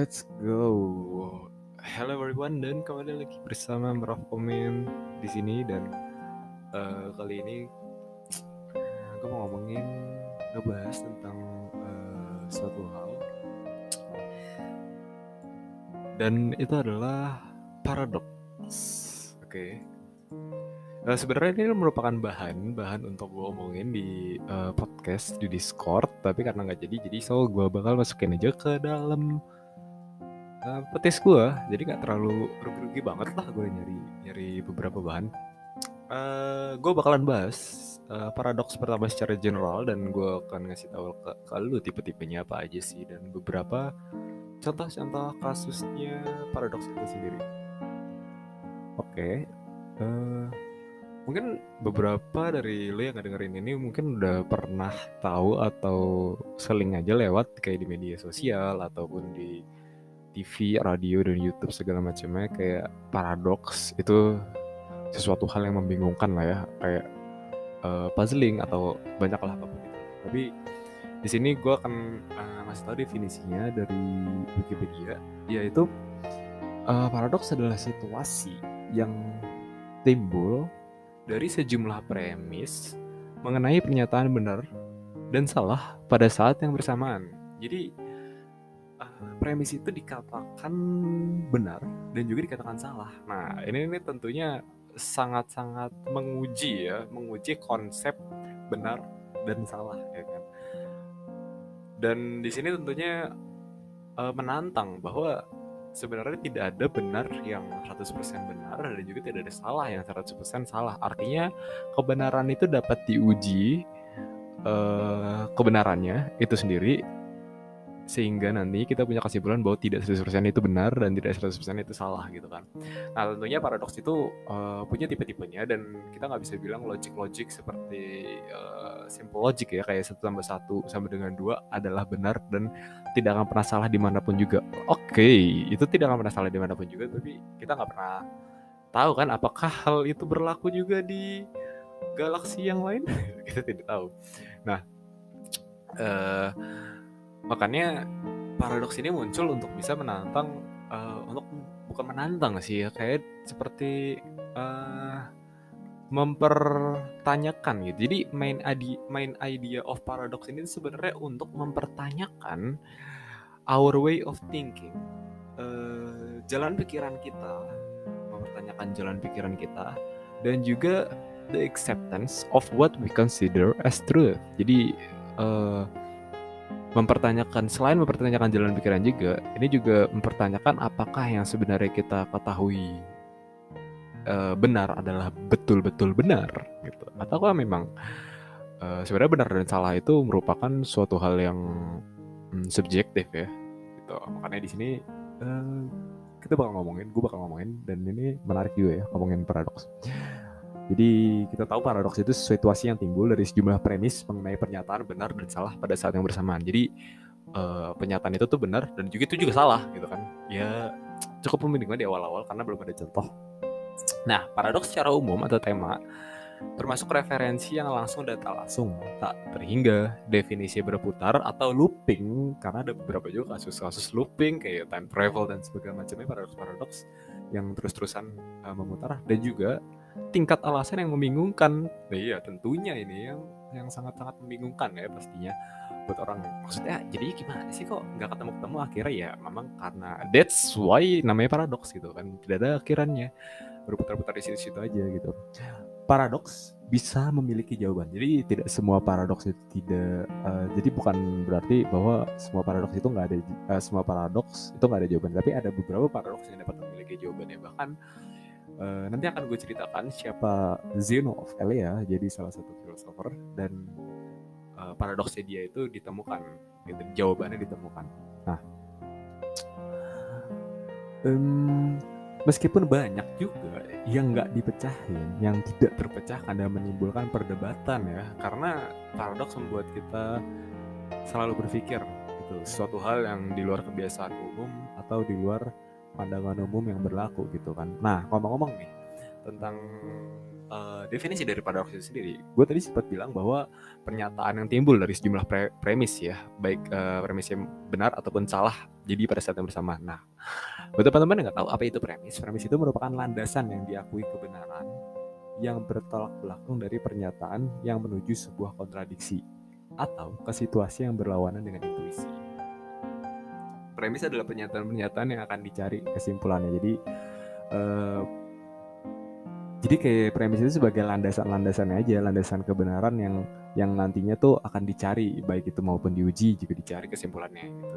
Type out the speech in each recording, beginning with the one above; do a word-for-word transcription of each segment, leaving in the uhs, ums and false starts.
Let's go. Hello everyone, dan kembali lagi bersama Merah Komen di sini. Dan uh, kali ini gue mau ngomongin ngebahas tentang uh, suatu hal, dan itu adalah paradoks. Oke. Okay. Uh, sebenarnya ini merupakan bahan bahan untuk gue omongin di uh, podcast di Discord, tapi karena nggak jadi, jadi so gue bakal masukin aja ke dalam uh, petis gue. Jadi nggak terlalu rugi-rugi banget lah gue nyari nyari beberapa bahan. Uh, gue bakalan bahas uh, paradoks pertama secara general, dan gue akan ngasih tahu ke, ke lu tipe-tipenya apa aja sih, dan beberapa contoh-contoh kasusnya paradoks itu sendiri. Oke. Okay. Uh, Mungkin beberapa dari lo yang ngedengerin ini mungkin udah pernah tahu atau seling aja lewat kayak di media sosial ataupun di T V, radio, dan YouTube segala macamnya. Kayak paradoks itu sesuatu hal yang membingungkan lah ya, kayak uh, puzzling atau banyak lah apapun itu. Tapi di sini gue akan uh, ngasih tahu definisinya dari Wikipedia, yaitu uh, paradoks adalah situasi yang timbul dari sejumlah premis mengenai pernyataan benar dan salah pada saat yang bersamaan. Jadi uh, premis itu dikatakan benar dan juga dikatakan salah. Nah, ini, ini tentunya sangat-sangat menguji ya, menguji konsep benar dan salah, ya kan. Dan di sini tentunya uh, menantang bahwa sebenarnya tidak ada benar yang seratus persen benar dan juga tidak ada salah yang seratus persen salah. Artinya kebenaran itu dapat diuji uh, kebenarannya itu sendiri, sehingga nanti kita punya kesimpulan bahwa tidak seratus persen itu benar dan tidak seratus persen itu salah gitu kan. Nah, tentunya paradoks itu uh, punya tipe-tipenya, dan kita nggak bisa bilang logik-logik seperti uh, simple logic ya, kayak satu tambah satu sama dengan dua adalah benar dan tidak akan pernah salah dimanapun juga. Oke, okay, itu tidak akan pernah salah dimanapun juga, tapi kita nggak pernah tahu kan apakah hal itu berlaku juga di galaksi yang lain. Kita tidak tahu. Nah, uh, makanya paradoks ini muncul untuk bisa menantang, uh, untuk bukan menantang sih ya, kayak seperti uh, mempertanyakan gitu. Jadi main idea, main idea of paradox ini sebenarnya untuk mempertanyakan our way of thinking, uh, jalan pikiran kita, mempertanyakan jalan pikiran kita, dan juga the acceptance of what we consider as truth. Jadi uh, mempertanyakan, selain mempertanyakan jalan pikiran juga, ini juga mempertanyakan apakah yang sebenarnya kita ketahui uh, benar adalah betul-betul benar gitu, ataukah memang uh, sebenarnya benar dan salah itu merupakan suatu hal yang hmm, subjektif ya gitu. Makanya di sini uh, kita bakal ngomongin, gue bakal ngomongin, dan ini menarik juga ya ngomongin paradoks. Jadi kita tahu paradoks itu situasi yang timbul dari sejumlah premis mengenai pernyataan benar dan salah pada saat yang bersamaan. Jadi uh, pernyataan itu tuh benar dan juga itu juga salah gitu kan. Ya cukup membingungkan di awal-awal karena belum ada contoh. Nah, paradoks secara umum atau tema termasuk referensi yang langsung data langsung, tak terhingga, definisi berputar atau looping, karena ada beberapa juga kasus-kasus looping kayak time travel dan sebagainya macamnya, paradoks-paradoks yang terus-terusan uh, memutar, dan juga tingkat alasan yang membingungkan. Nah, iya, tentunya ini yang yang sangat-sangat membingungkan ya pastinya buat orang. Maksudnya jadi gimana sih kok nggak ketemu-ketemu akhirnya? Ya memang karena that's why namanya paradoks gitu kan, tidak ada akhirannya, berputar-putar di situ-situ aja gitu. Paradoks bisa memiliki jawaban. Jadi tidak semua paradoks itu tidak uh, jadi bukan berarti bahwa semua paradoks itu nggak ada uh, semua paradoks itu nggak ada jawaban, tapi ada beberapa paradoks yang dapat memiliki jawabannya. Bahkan Uh, nanti akan gue ceritakan siapa Zeno of Elea, jadi salah satu filosofer, dan uh, paradoksnya dia itu ditemukan, gitu, jawabannya ditemukan. Nah, um, meskipun banyak juga yang nggak dipecahin, yang tidak terpecahkan dan menimbulkan perdebatan ya, karena paradoks membuat kita selalu berpikir gitu, suatu hal yang di luar kebiasaan umum atau di luar pandangan umum yang berlaku gitu kan. Nah, ngomong-ngomong nih tentang uh, definisi dari paradoks itu sendiri, gue tadi sempat bilang bahwa pernyataan yang timbul dari sejumlah pre- premis ya, baik uh, premis yang benar ataupun salah, jadi pada saat yang bersamaan. Nah, buat teman-teman yang nggak tahu apa itu premis, premis itu merupakan landasan yang diakui kebenaran yang bertolak belakang dari pernyataan yang menuju sebuah kontradiksi atau ke situasi yang berlawanan dengan intuisi. Premis adalah pernyataan-pernyataan yang akan dicari kesimpulannya. Jadi uh, jadi kayak premis itu sebagai landasan-landasan aja, landasan kebenaran yang yang nantinya tuh akan dicari, baik itu maupun diuji juga dicari kesimpulannya gitu.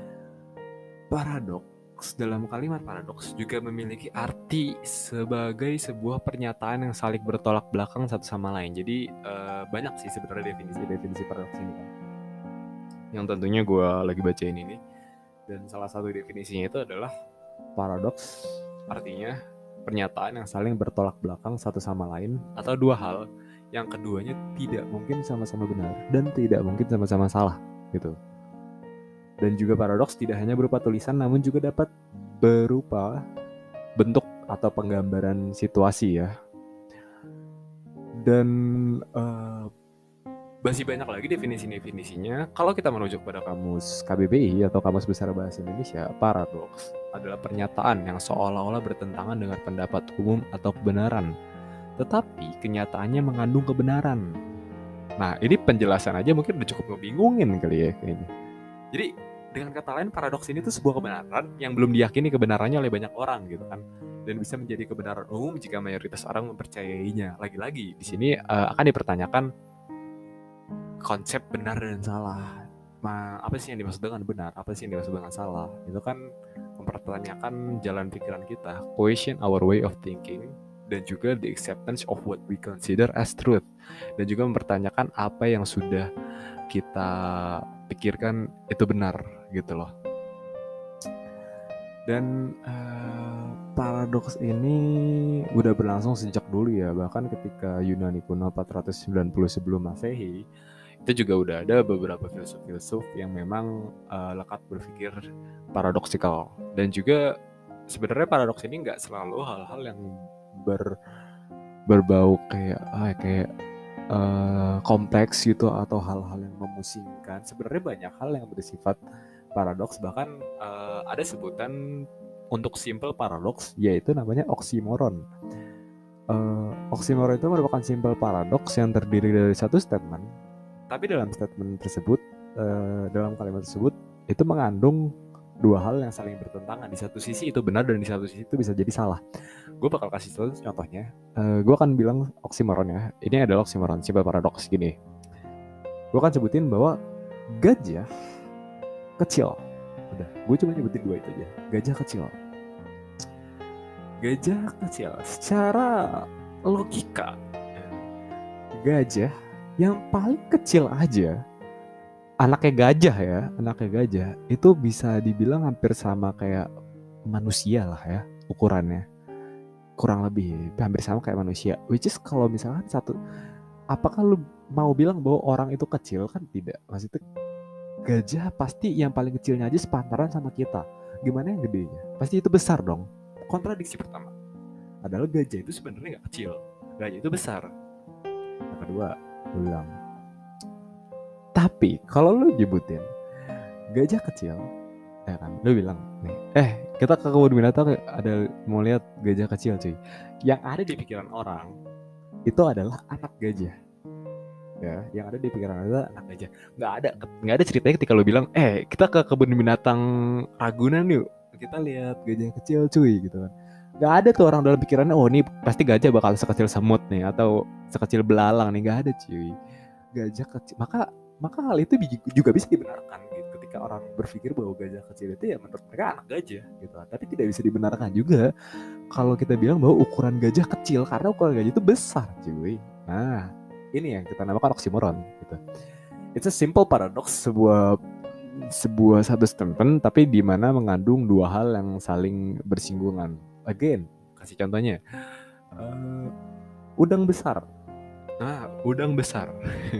Paradoks, dalam kalimat paradoks juga memiliki arti sebagai sebuah pernyataan yang saling bertolak belakang satu sama lain. Jadi uh, banyak sih sebenarnya definisi-definisi paradoks ini kan, yang tentunya gue lagi bacain ini. Dan salah satu definisinya itu adalah paradoks artinya pernyataan yang saling bertolak belakang satu sama lain atau dua hal yang keduanya tidak mungkin sama-sama benar dan tidak mungkin sama-sama salah gitu. Dan juga paradoks tidak hanya berupa tulisan namun juga dapat berupa bentuk atau penggambaran situasi ya. Dan uh, masih banyak lagi definisi-definisinya. Kalau kita merujuk pada kamus K B B I atau Kamus Besar Bahasa Indonesia, paradoks adalah pernyataan yang seolah-olah bertentangan dengan pendapat umum atau kebenaran, tetapi kenyataannya mengandung kebenaran. Nah, ini penjelasan aja mungkin udah cukup ngebingungin kali ya kayaknya. Jadi, dengan kata lain, paradoks ini tuh sebuah kebenaran yang belum diyakini kebenarannya oleh banyak orang gitu kan, dan bisa menjadi kebenaran umum jika mayoritas orang mempercayainya. Lagi-lagi di sini uh, akan dipertanyakan konsep benar dan salah. Ma, apa sih yang dimaksud dengan benar? Apa sih yang dimaksud dengan salah? Itu kan mempertanyakan jalan pikiran kita, question our way of thinking, dan juga the acceptance of what we consider as truth. Dan juga mempertanyakan apa yang sudah kita pikirkan itu benar gitu loh. Dan uh, paradoks ini udah berlangsung sejak dulu ya. Bahkan ketika Yunani kuno empat ratus sembilan puluh sebelum Masehi, itu juga udah ada beberapa filsuf-filsuf yang memang uh, lekat berpikir paradoksikal. Dan juga sebenarnya paradoks ini nggak selalu hal-hal yang ber berbau kayak ah, kayak uh, kompleks gitu atau hal-hal yang memusingkan. Sebenarnya banyak hal yang bersifat paradoks. Bahkan uh, ada sebutan untuk simple paradoks, yaitu namanya oksimoron. Uh, oksimoron itu merupakan simple paradoks yang terdiri dari satu statement. Tapi dalam statement tersebut, uh, dalam kalimat tersebut, itu mengandung dua hal yang saling bertentangan. Di satu sisi itu benar dan di satu sisi itu bisa jadi salah. Gue bakal kasih satu contohnya. Uh, gue akan bilang oksimoron ya. Ini adalah oksimoron, simple paradoks gini. Gue akan sebutin bahwa gajah kecil. Udah, gue cuma nyebutin dua itu aja. Gajah kecil. Gajah kecil. Secara logika, gajah yang paling kecil aja, anaknya gajah ya, anaknya gajah itu bisa dibilang hampir sama kayak manusia lah ya ukurannya, kurang lebih hampir sama kayak manusia. Which is kalau misalkan satu, apakah lu mau bilang bahwa orang itu kecil? Kan tidak. Maksudnya gajah pasti yang paling kecilnya aja sepantaran sama kita. Gimana yang gedenya? Pasti itu besar dong. Kontradiksi pertama adalah gajah itu sebenarnya nggak kecil, gajah itu besar. Yang kedua, lu bilang, tapi kalau lu nyebutin gajah kecil, ya kan, lu bilang nih, eh kita ke kebun binatang ada mau lihat gajah kecil cuy. Yang ada di pikiran orang itu adalah anak gajah. Ya, yang ada di pikiran adalah anak gajah. Nggak ada, nggak ada ceritanya ketika lu bilang, eh kita ke kebun binatang Ragunan yuk, kita lihat gajah kecil cuy gitu kan. Nggak ada tuh orang dalam pikirannya, oh ini pasti gajah bakal sekecil semut nih atau sekecil belalang nih. Nggak ada cuy, gajah kecil. Maka maka hal itu juga bisa dibenarkan gitu, ketika orang berpikir bahwa gajah kecil itu ya menurut mereka anak gajah gitu. Tapi tidak bisa dibenarkan juga kalau kita bilang bahwa ukuran gajah kecil karena ukuran gajah itu besar cuy. Nah, ini yang kita namakan oksimoron gitu. It's a simple paradox, sebuah sebuah satu statement tapi di mana mengandung dua hal yang saling bersinggungan. Again, kasih contohnya, uh, udang besar. Nah, udang besar.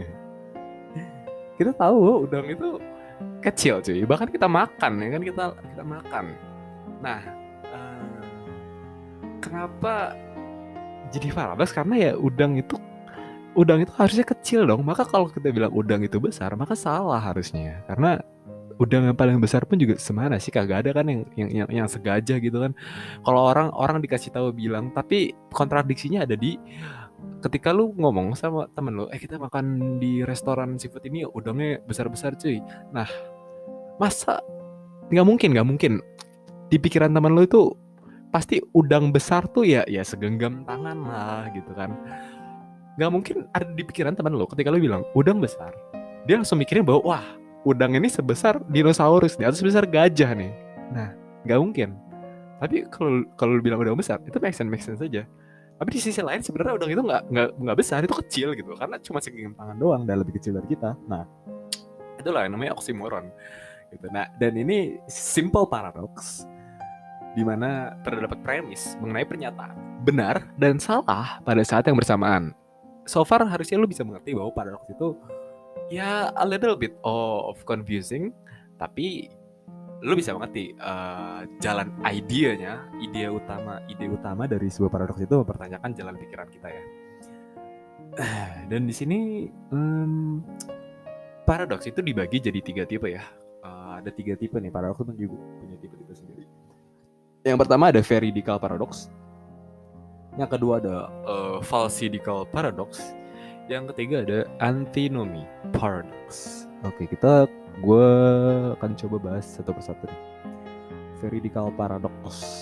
Kita tahu udang itu kecil cuy, bahkan kita makan ya kan, kita kita makan. Nah, uh, kenapa jadi paradoks karena ya udang itu udang itu harusnya kecil dong. Maka kalau kita bilang udang itu besar, maka salah harusnya. Karena udang yang paling besar pun juga semana sih, kagak ada kan yang yang yang, yang segajah gitu kan. Kalau orang orang dikasih tahu bilang, tapi kontradiksinya ada di ketika lu ngomong sama temen lu, eh kita makan di restoran seafood ini udangnya besar-besar cuy. Nah, masa nggak mungkin nggak mungkin di pikiran temen lu itu pasti udang besar tuh ya ya segenggam tangan lah gitu kan. Nggak mungkin ada di pikiran temen lu ketika lu bilang udang besar, dia langsung mikirin bahwa wah udang ini sebesar dinosaurus nih atau sebesar gajah nih. Nah, nggak mungkin. Tapi kalau kalau lu bilang udang besar, itu make sense make sense saja. Tapi di sisi lain sebenarnya udang itu nggak nggak nggak besar, itu kecil gitu karena cuma segenggam tangan doang dan lebih kecil dari kita. Nah, itulah yang namanya oksimoron gitu. Nah, dan ini simple paradox di mana terdapat premis mengenai pernyataan benar dan salah pada saat yang bersamaan. So far harusnya lu bisa mengerti bahwa paradox itu ya a little bit of confusing, tapi lu bisa mengerti uh, jalan idenya, ide utama, ide utama dari sebuah paradoks itu mempertanyakan jalan pikiran kita ya. Dan di sini um, paradoks itu dibagi jadi tiga tipe ya. Uh, ada tiga tipe nih, paradoks itu juga punya tipe-tipe sendiri. Yang pertama ada veridical paradox. Yang kedua ada uh, falsidical paradox. Yang ketiga ada antinomy paradox. Oke, kita gue akan coba bahas satu persatu nih. Veridical paradox,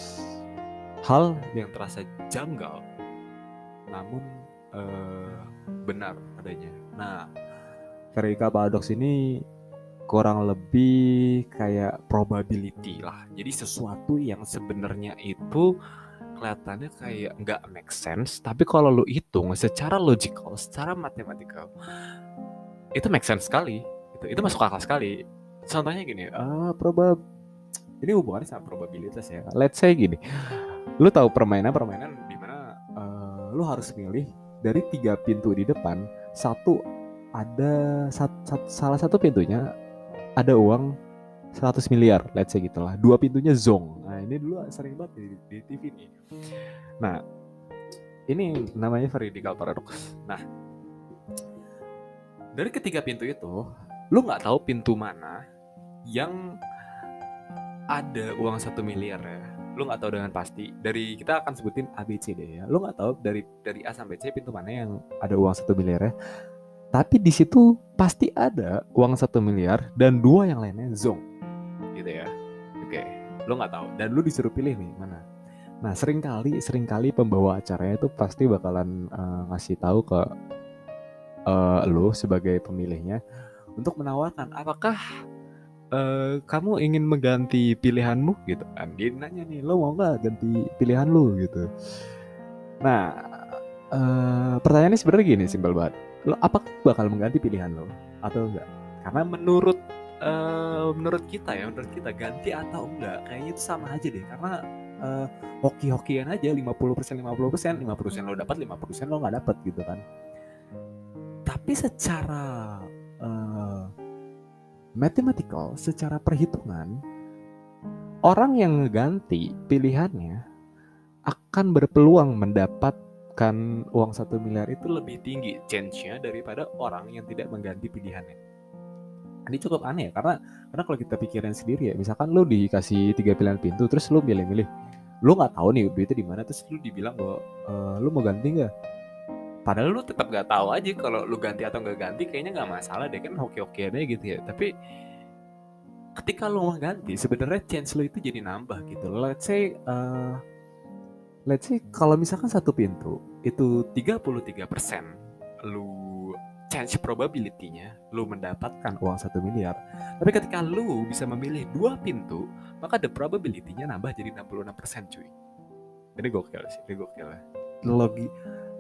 hal yang terasa janggal namun uh, benar adanya. Nah, veridical paradox ini kurang lebih kayak probability lah. Jadi sesuatu yang sebenarnya itu kelihatannya kayak nggak make sense, tapi kalau lu hitung secara logical, secara matematikal, itu make sense sekali. Itu, itu masuk akal sekali. Contohnya gini, uh, probab ini hubungannya sama probabilitas ya. Let's say gini, lu tahu permainan-permainan di mana uh, lu harus milih dari tiga pintu di depan, satu ada sat, sat, salah satu pintunya ada uang seratus miliar, let's say gitulah. Dua pintunya zong. Nah, ini dulu sering banget di, di T V nih. Nah, ini namanya veridical paradox. Nah, dari ketiga pintu itu, lu nggak tahu pintu mana yang ada uang satu miliar ya. Lu nggak tahu dengan pasti. Dari kita akan sebutin A B C deh ya. Lu nggak tahu dari dari A sampai C pintu mana yang ada uang satu miliar ya. Tapi di situ pasti ada uang satu miliar dan dua yang lainnya zong, gitu ya. Oke, lu nggak tahu dan lu disuruh pilih nih mana. Nah, seringkali seringkali pembawa acaranya itu pasti bakalan uh, ngasih tahu ke uh, lu sebagai pemilihnya untuk menawarkan apakah uh, kamu ingin mengganti pilihanmu gitu kan. Dia nanya nih, lo mau nggak ganti pilihan lu gitu. Nah, uh, pertanyaannya sebenarnya gini, simpel banget. Lo apakah bakal mengganti pilihan lo atau enggak? Karena menurut uh, menurut kita ya, menurut kita ganti atau enggak kayaknya itu sama aja deh. Karena uh, hoki-hokian aja, lima puluh persen lima puluh persen, lima puluh persen lo dapat, lima puluh persen lo nggak dapat gitu kan. Tapi secara uh, mathematical, secara perhitungan, orang yang ngeganti pilihannya akan berpeluang mendapat kan uang satu miliar itu lebih tinggi chance-nya daripada orang yang tidak mengganti pilihannya. Ini cukup aneh ya, karena karena kalau kita pikirin sendiri ya, misalkan lu dikasih tiga pilihan pintu, terus lu milih-milih, lu nggak tahu nih duitnya di mana, terus lu dibilang bahwa e, lu mau ganti nggak? Padahal lu tetap nggak tahu aja kalau lu ganti atau nggak ganti, kayaknya nggak masalah deh kan, hoki-hokian aja gitu ya. Tapi ketika lu mau ganti, sebenarnya chance lu itu jadi nambah gitu. Let's say uh, Let's say kalau misalkan satu pintu itu tiga puluh tiga persen lu chance probability-nya lu mendapatkan uang satu miliar. Tapi ketika lu bisa memilih dua pintu, maka the probability-nya nambah jadi enam puluh enam persen cuy. Ini gokil sih, ini gokil ya. Logi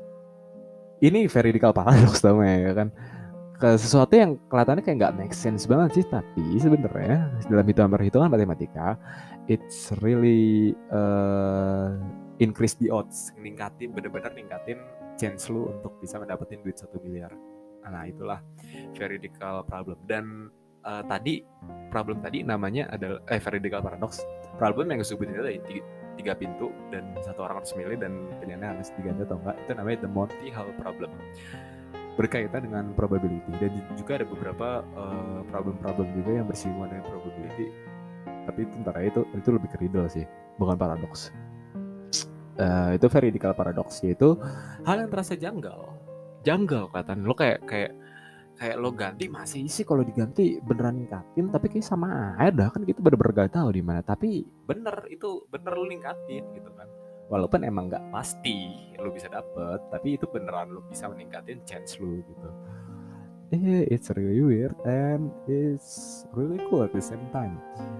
ini veridical paradox namanya ya kan. Ke sesuatu yang kelihatannya kayak nggak make sense banget sih, tapi sebenarnya dalam hitungan perhitungan matematika, it's really uh, increase the odds, ningkatin bener-bener ningkatin chance lu untuk bisa mendapatkan duit satu miliar. Nah, itulah veridical problem. Dan uh, tadi problem tadi namanya adalah eh veridical paradox. Problem yang gue sebutin tadi tiga pintu dan satu orang harus milih dan pilihannya harus diganti atau enggak. Itu namanya the Monty Hall problem, berkaitan dengan probability. Dan juga ada beberapa uh, problem-problem juga yang bersinggungan dengan probability, tapi itu ntar itu itu lebih ke riddle sih, bukan paradoks. Uh, itu veridical paradox, yaitu hal yang terasa janggal janggal kelihatan lo kayak kayak kayak lo ganti masih sih kalau diganti beneran ningkatin, tapi kayak sama aja dah kan, gitu bener-bener gak tahu di mana, tapi bener itu bener lo ningkatin gitu kan, walaupun emang nggak pasti lo bisa dapet, tapi itu beneran lo bisa meningkatin chance lo gitu. Eh, it's really weird and it's really cool at the same time.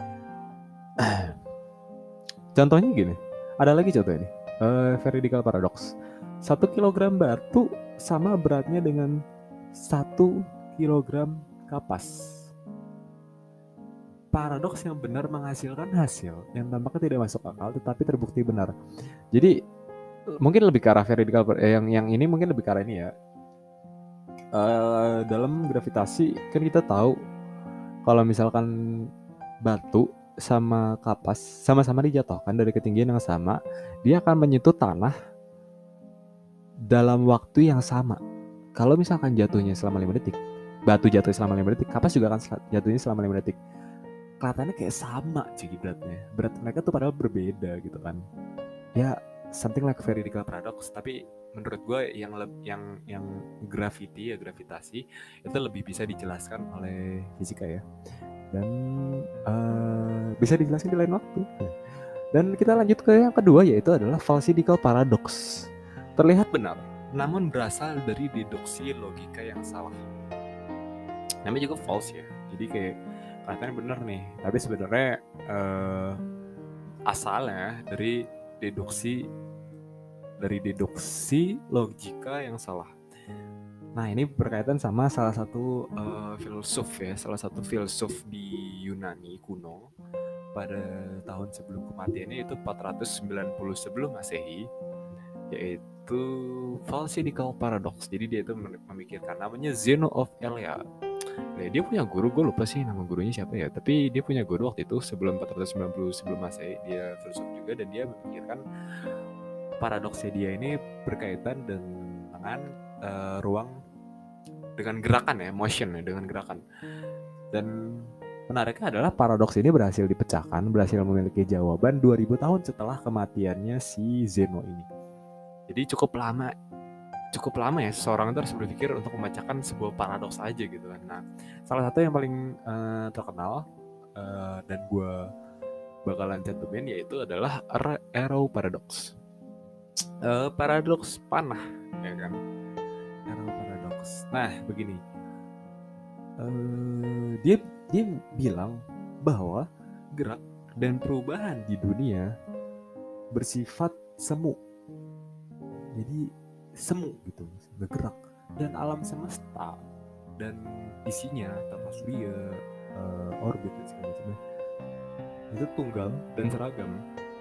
Contohnya gini, ada lagi contoh ini, uh, veridical paradox. Satu kilogram batu sama beratnya dengan satu kilogram kapas. Paradoks yang benar menghasilkan hasil yang tampaknya tidak masuk akal tetapi terbukti benar. Jadi mungkin lebih ke arah veridical eh, yang yang ini mungkin lebih ke arah ini ya. Uh, dalam gravitasi kan kita tahu kalau misalkan batu sama kapas sama-sama dijatuhkan dari ketinggian yang sama, dia akan menyentuh tanah dalam waktu yang sama. Kalau misalkan jatuhnya selama lima detik, batu jatuh selama lima detik, kapas juga akan jatuhnya selama lima detik. Kelihatannya kayak sama cuy beratnya. Berat mereka tuh padahal berbeda gitu kan. Ya, something like veridical paradox, tapi menurut gue yang yang yang gravity ya gravitasi itu lebih bisa dijelaskan oleh fisika ya. Dan uh, bisa dijelaskan di lain waktu. Dan kita lanjut ke yang kedua, yaitu adalah falsidical paradox. Terlihat benar, namun berasal dari deduksi logika yang salah. Namanya juga false ya. Jadi kayak kelihatannya benar nih, tapi sebenarnya uh, asalnya dari deduksi dari deduksi logika yang salah. Nah, ini berkaitan sama salah satu uh, filsuf ya, salah satu filsuf di Yunani kuno pada tahun sebelum kematiannya itu empat ratus sembilan puluh sebelum Masehi, yaitu falsidical paradox. Jadi dia itu memikirkan, namanya Zeno of Elea. Nah, dia punya guru, gue lupa sih nama gurunya siapa ya, tapi dia punya guru waktu itu sebelum empat ratus sembilan puluh sebelum Masehi, dia filsuf juga, dan dia memikirkan paradoksnya dia ini berkaitan dengan uh, ruang dengan gerakan ya, motion ya, dengan gerakan. Dan menariknya adalah paradoks ini berhasil dipecahkan, berhasil memiliki jawaban dua ribu tahun setelah kematiannya si Zeno ini. Jadi cukup lama, cukup lama ya seseorang itu harus berpikir untuk memecahkan sebuah paradoks aja gitu kan. Nah, salah satu yang paling uh, terkenal uh, dan gue bakalan cantumin yaitu adalah arrow paradox. Uh, paradoks panah, ya kan? Arrow paradox. Nah, begini. Uh, dia dia bilang bahwa gerak dan perubahan di dunia bersifat semu. Jadi semu gitu, bergerak, dan alam semesta dan isinya tata surya, uh, orbit dan segala macamnya itu tunggal dan seragam.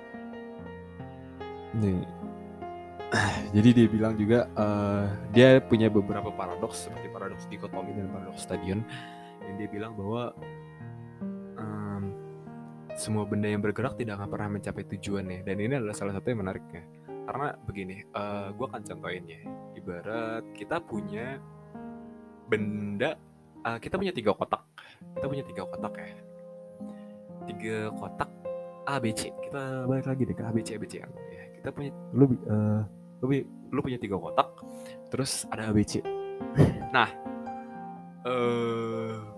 Nih, jadi dia bilang juga uh, dia punya beberapa paradoks seperti paradoks dikotomi dan paradoks stadion, dan dia bilang bahwa um, semua benda yang bergerak tidak akan pernah mencapai tujuannya. Dan ini adalah salah satu yang menariknya. Karena begini, uh, gue akan contohin ya. Ibarat kita punya benda, uh, kita punya tiga kotak. Kita punya tiga kotak ya. Tiga kotak A, B, C. Kita balik lagi deh ke A, B, C, A, B, C. Ya, kita punya, lu, uh, lu, lu punya tiga kotak, terus ada A, B, C. Nah, uh,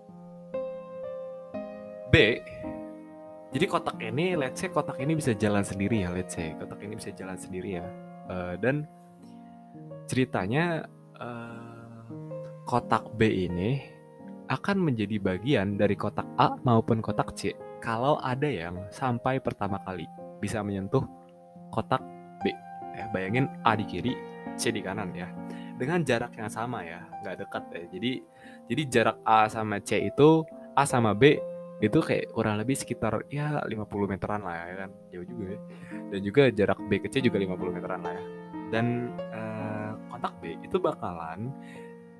B, jadi kotak ini, let's say kotak ini bisa jalan sendiri ya, let's say kotak ini bisa jalan sendiri ya, uh, dan ceritanya uh, kotak B ini akan menjadi bagian dari kotak A maupun kotak C kalau ada yang sampai pertama kali bisa menyentuh kotak B. Ya, bayangin A di kiri, C di kanan ya, dengan jarak yang sama ya, nggak dekat ya. Jadi jadi jarak A sama C itu, A sama B itu kayak kurang lebih sekitar ya lima puluh meteran lah ya kan, jauh juga ya. Dan juga jarak B ke C juga lima puluh meteran lah ya. Dan uh, kotak B itu bakalan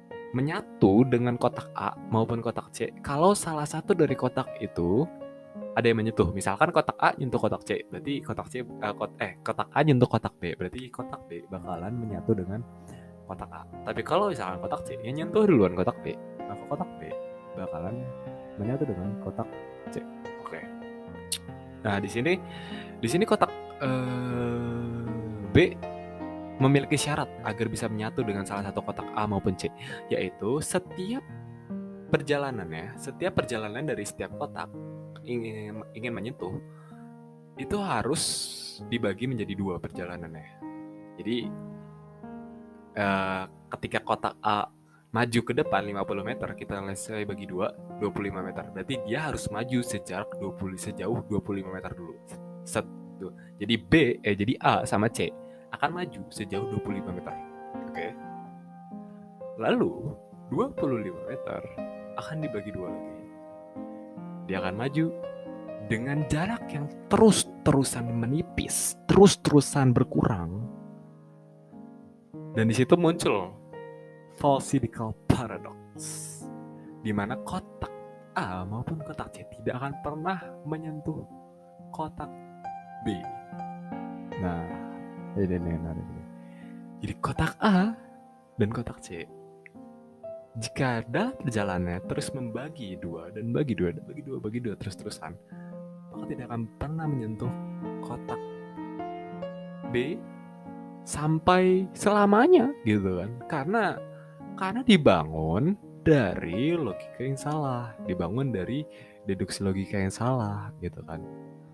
menyatu dengan kotak A maupun kotak C kalau salah satu dari kotak itu ada yang menyentuh. Misalkan kotak A nyentuh kotak C, berarti kotak C uh, kot, eh kotak A nyentuh kotak B, berarti kotak B bakalan menyatu dengan kotak A. Tapi kalau misalkan kotak C yang nyentuh duluan kotak B, maka kotak B bakalan menyatu dengan kotak C. Oke. Nah, di sini di sini kotak uh, B memiliki syarat agar bisa menyatu dengan salah satu kotak A maupun C, yaitu setiap perjalanannya, setiap perjalanan dari setiap kotak ingin ingin menyentuh itu harus dibagi menjadi dua perjalanannya. Jadi uh, ketika kotak A maju ke depan lima puluh meter, kita selesai bagi dua, dua puluh lima meter. Berarti dia harus maju sejarak dua puluh sejauh dua puluh lima meter dulu. Set, tuh. Jadi B eh jadi A sama C akan maju sejauh dua puluh lima meter. Oke. Okay? Lalu dua puluh lima meter akan dibagi dua lagi. Dia akan maju dengan jarak yang terus-terusan menipis, terus-terusan berkurang. Dan di situ muncul Falsidical Paradox, di mana kotak A maupun kotak C tidak akan pernah menyentuh kotak B. Nah, ini nih, ini. Jadi kotak A dan kotak C, jika dalam perjalanannya terus membagi dua dan bagi dua dan bagi dua bagi dua terus-terusan, maka tidak akan pernah menyentuh kotak B sampai selamanya gitu kan. Karena karena dibangun dari logika yang salah, dibangun dari deduksi logika yang salah gitu kan.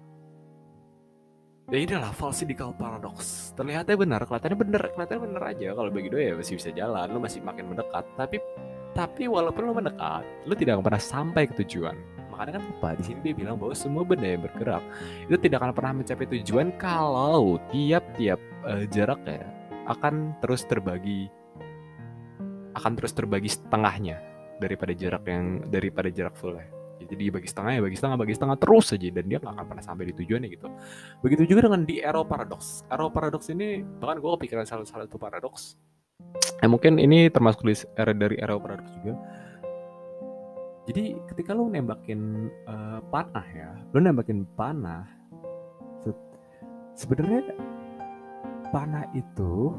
Ya inilah Falsidical Paradox. Terlihatnya benar, kelihatannya benar, kelihatannya benar aja. Kalau bagi dua ya masih bisa jalan, lo masih makin mendekat. Tapi tapi walaupun lo mendekat, lo tidak akan pernah sampai ke tujuan. Makanya kan apa? Di sini dia bilang bahwa semua benda yang bergerak itu tidak akan pernah mencapai tujuan kalau tiap-tiap uh, jaraknya akan terus terbagi, akan terus terbagi setengahnya daripada jarak yang daripada jarak fullnya. Jadi bagi setengah ya bagi setengah bagi setengah terus saja, dan dia nggak akan pernah sampai di tujuannya gitu. Begitu juga dengan di Arrow Paradox. Arrow Paradox ini bahkan gue kepikiran salah satu paradoks. Eh mungkin ini termasuk list dari Arrow Paradox juga. Jadi ketika lo nembakin uh, panah ya, lo nembakin panah, se- sebenarnya panah itu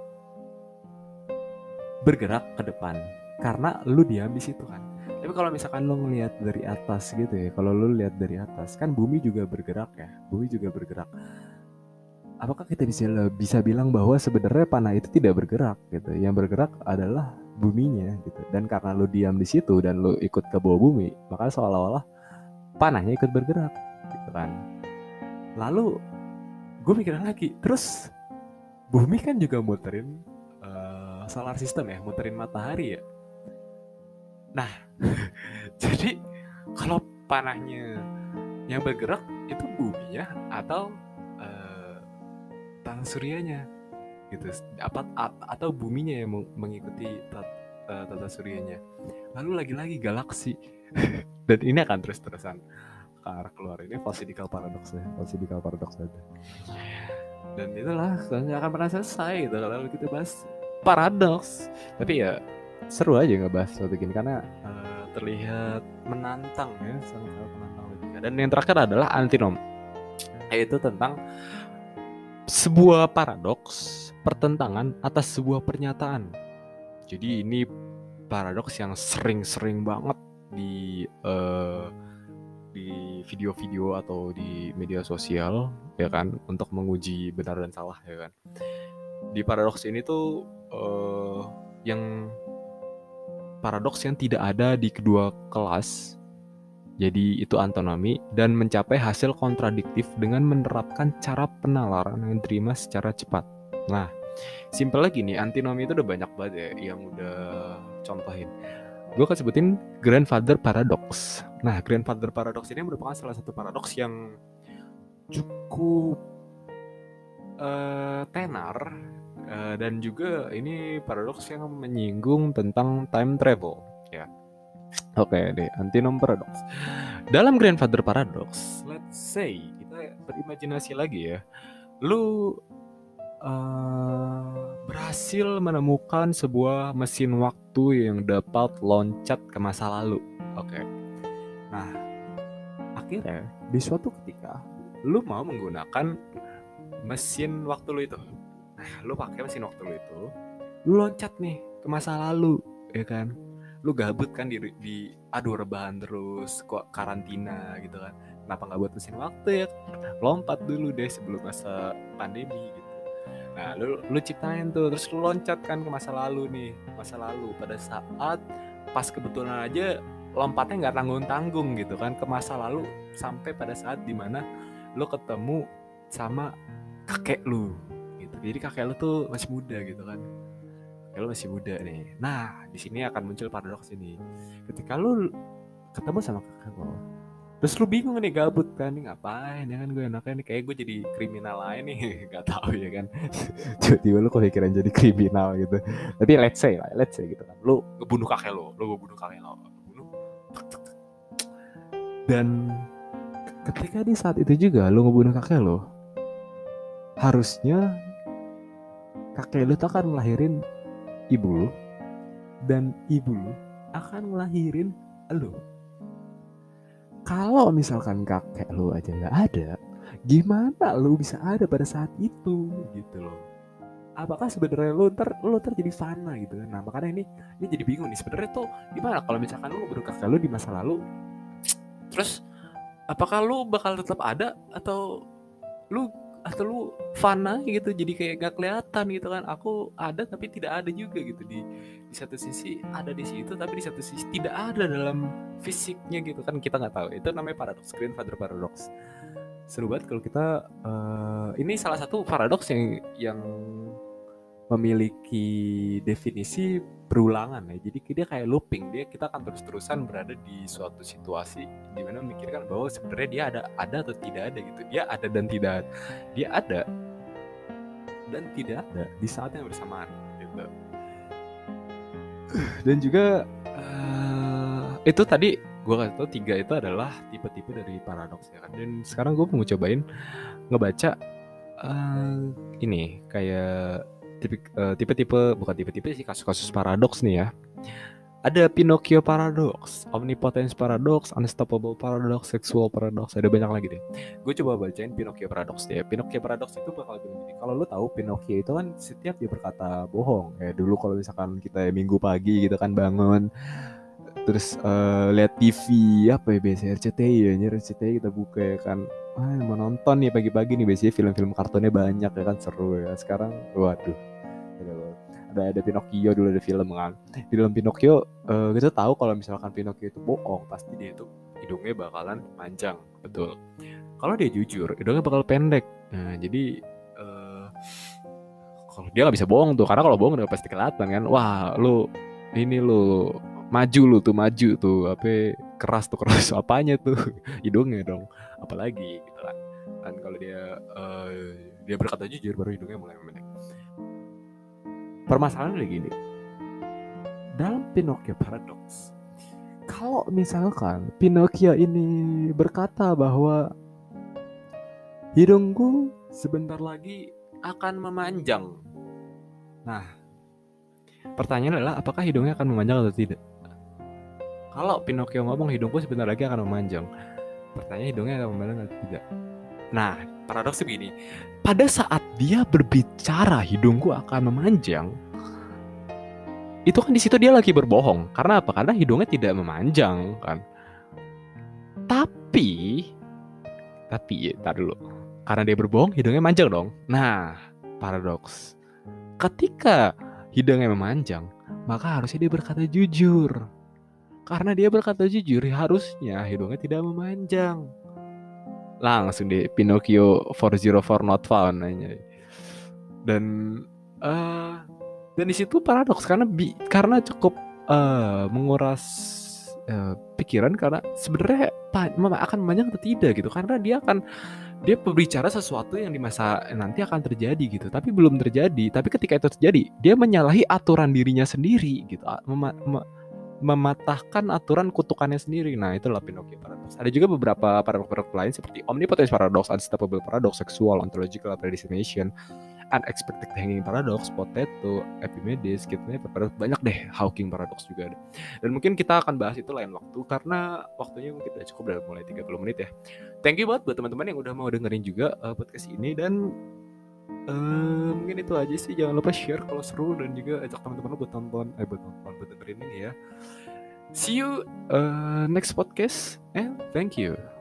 bergerak ke depan karena lo diam di situ kan. Tapi kalau misalkan lo ngelihat dari atas gitu ya, kalau lo lihat dari atas, kan bumi juga bergerak ya, bumi juga bergerak. Apakah kita bisa bisa bilang bahwa sebenarnya panah itu tidak bergerak gitu? Yang bergerak adalah buminya gitu. Dan karena lo diam di situ dan lo ikut ke bawah bumi, maka seolah-olah panahnya ikut bergerak gitu kan. Lalu gue mikirin lagi, terus bumi kan juga muterin uh, solar system ya, muterin matahari ya. Nah, jadi kalau panahnya yang bergerak itu buminya atau uh, tanah suryanya gitu, apa atau buminya yang mengikuti tata, tata suryanya. Lalu lagi-lagi galaksi dan ini akan terus-terusan ke arah keluar. Ini Falsidical Paradox ya, Falsidical Paradox aja. Dan itulah nggak akan pernah selesai gitu kalau kita bahas paradoks. Tapi ya seru aja ngebahas sesuatu gini karena uh, terlihat menantang ya, sangat-sangat menantang logika. Dan yang terakhir adalah antinom, yaitu tentang sebuah paradoks, pertentangan atas sebuah pernyataan. Jadi ini paradoks yang sering-sering banget di uh, di video-video atau di media sosial ya kan, untuk menguji benar dan salah ya kan. Di paradoks ini tuh uh, yang paradoks yang tidak ada di kedua kelas, jadi itu antinomi, dan mencapai hasil kontradiktif dengan menerapkan cara penalaran yang diterima secara cepat. Nah, simpel lagi nih, antinomi itu udah banyak banget ya yang udah contohin. Gue akan sebutin Grandfather Paradox. Nah, Grandfather Paradox ini merupakan salah satu paradoks yang cukup uh, tenar. Uh, dan juga ini paradoks yang menyinggung tentang time travel ya. Oke okay, deh, antinom paradox. Dalam Grandfather Paradox, let's say kita berimajinasi lagi ya, lu uh, berhasil menemukan sebuah mesin waktu yang dapat loncat ke masa lalu. Oke okay. Nah, akhirnya di suatu ketika lu mau menggunakan mesin waktu lu itu. Nah, lu pakai mesin waktu lu itu, lu loncat nih ke masa lalu, ya kan? Lu gabut kan di, di aduh rebahan terus, kok karantina gitu kan. Kenapa nggak buat mesin waktu ya? Lompat dulu deh sebelum masa pandemi gitu. Nah, lu lu ciptain tuh, terus lu loncat kan ke masa lalu nih, masa lalu pada saat pas kebetulan aja lompatnya nggak tanggung-tanggung gitu kan ke masa lalu sampai pada saat dimana lu ketemu sama kakek lu gitu. Jadi kakek lu tuh masih muda gitu kan. Kakek lu masih muda nih. Nah, di sini akan muncul paradoks ini. Ketika lu ketemu sama kakek lu, terus lu bingung nih gabut kan, nih ngapain ya kan gue enaknya nih kayak gue jadi kriminal lain nih, nggak tahu ya kan. Tiba-tiba lu kepikiran jadi kriminal gitu. Tapi let's say lah, let's say gitu kan. Lu ngebunuh kakek lu, lu ngebunuh kakek lu, ngebunuh. Dan ketika di saat itu juga lu ngebunuh kakek lu, harusnya kakek lu tuh akan ngelahirin ibu lu, dan ibu lu akan ngelahirin lu. Kalau misalkan kakek lu aja nggak ada, gimana lu bisa ada pada saat itu gitu loh? Apakah sebenarnya lu ntar lu ntar jadi fana gitu kan? Nah makanya ini ini jadi bingung nih sebenarnya tuh gimana kalau misalkan lu ngebunuh kakek lu di masa lalu, terus apakah lu bakal tetap ada atau lu atau lu fana gitu, jadi kayak gak kelihatan gitu kan? Aku ada tapi tidak ada juga gitu, di di satu sisi ada di situ tapi di satu sisi tidak ada dalam fisiknya gitu kan, kita nggak tahu. Itu namanya paradoks, Grandfather paradox. Seru banget kalau kita uh, ini salah satu paradoks yang yang memiliki definisi berulangan ya. Jadi dia kayak looping, dia kita akan terus-terusan berada di suatu situasi di mana memikirkan bahwa sebenarnya dia ada ada atau tidak ada gitu. Dia ada dan tidak ada. Dia ada dan tidak ada di saat yang bersamaan gitu. Dan juga uh, itu tadi gue kasih tau tiga itu adalah tipe-tipe dari paradoks ya kan. Dan sekarang gue mau cobain ngebaca uh, ini kayak Tipe, uh, tipe-tipe, bukan tipe-tipe sih, kasus-kasus paradoks nih ya. Ada Pinocchio paradox, omnipotence paradox, unstoppable paradox, sexual paradox, ada banyak lagi deh. Gue coba bacain Pinocchio paradox deh. Pinocchio paradox itu bakal bilang gini. Kalau lu tahu Pinocchio itu kan setiap dia berkata bohong. Kayak dulu kalau misalkan kita minggu pagi gitu kan bangun, terus uh, lihat T V apa ya biasanya R C T I ya, R C T I kita buka ya kan. Ah, mau nonton nih pagi-pagi nih, biasanya film-film kartunnya banyak ya kan, seru ya. Sekarang waduh, ada ada Pinocchio dulu, ada film kan. Di dalam Pinocchio uh, kita tahu kalau misalkan Pinocchio itu bohong, pasti dia itu hidungnya bakalan panjang, betul. Kalau dia jujur, hidungnya bakal pendek. Nah jadi uh, kalau dia nggak bisa bohong tuh, karena kalau bohong udah pasti kelihatan kan. Wah lu ini lu maju lu tuh maju tuh apa keras tuh keras apanya tuh hidungnya dong, apalagi gitu kan. Dan kalau dia uh, dia berkata jujur, baru hidungnya mulai memendek. Permasalahan lagi gini, dalam Pinocchio paradox, kalau misalkan Pinocchio ini berkata bahwa hidungku sebentar lagi akan memanjang, nah pertanyaan adalah apakah hidungnya akan memanjang atau tidak? Kalau Pinocchio ngomong hidungku sebentar lagi akan memanjang, pertanyaan hidungnya akan memanjang atau tidak? Nah, paradoksnya begini, pada saat dia berbicara hidungku akan memanjang, itu kan di situ dia lagi berbohong. Karena apa? Karena hidungnya tidak memanjang kan. Tapi, tapi, tar dulu. Karena dia berbohong, hidungnya manjang dong. Nah, paradoks. Ketika hidungnya memanjang, maka harusnya dia berkata jujur. Karena dia berkata jujur, harusnya hidungnya tidak memanjang. Langsung deh Pinocchio four oh four not found aja. Dan uh, dan di situ paradoks karena bi, karena cukup uh, menguras uh, pikiran, karena sebenarnya akan memanjang atau tidak gitu, karena dia akan dia berbicara sesuatu yang di masa nanti akan terjadi gitu, tapi belum terjadi. Tapi ketika itu terjadi, dia menyalahi aturan dirinya sendiri gitu, mem- mem- mematahkan aturan kutukannya sendiri. Nah itulah Pinocchio paradox. Ada juga beberapa paradoks lain seperti omnipotence paradox, unstoppable paradox, sexual, ontological predestination, Unexpected Hanging Paradox, Potato, Epimedes, Kid Never, banyak deh Hawking Paradox juga ada. Dan mungkin kita akan bahas itu lain waktu karena waktunya mungkin udah cukup, udah mulai tiga puluh menit ya. Thank you banget buat teman-teman yang udah mau dengerin juga uh, podcast ini, dan uh, mungkin itu aja sih. Jangan lupa share kalau seru, dan juga ajak teman-teman lo buat nonton, eh buat nonton, buat dengerin ini ya. See you uh, next podcast and thank you.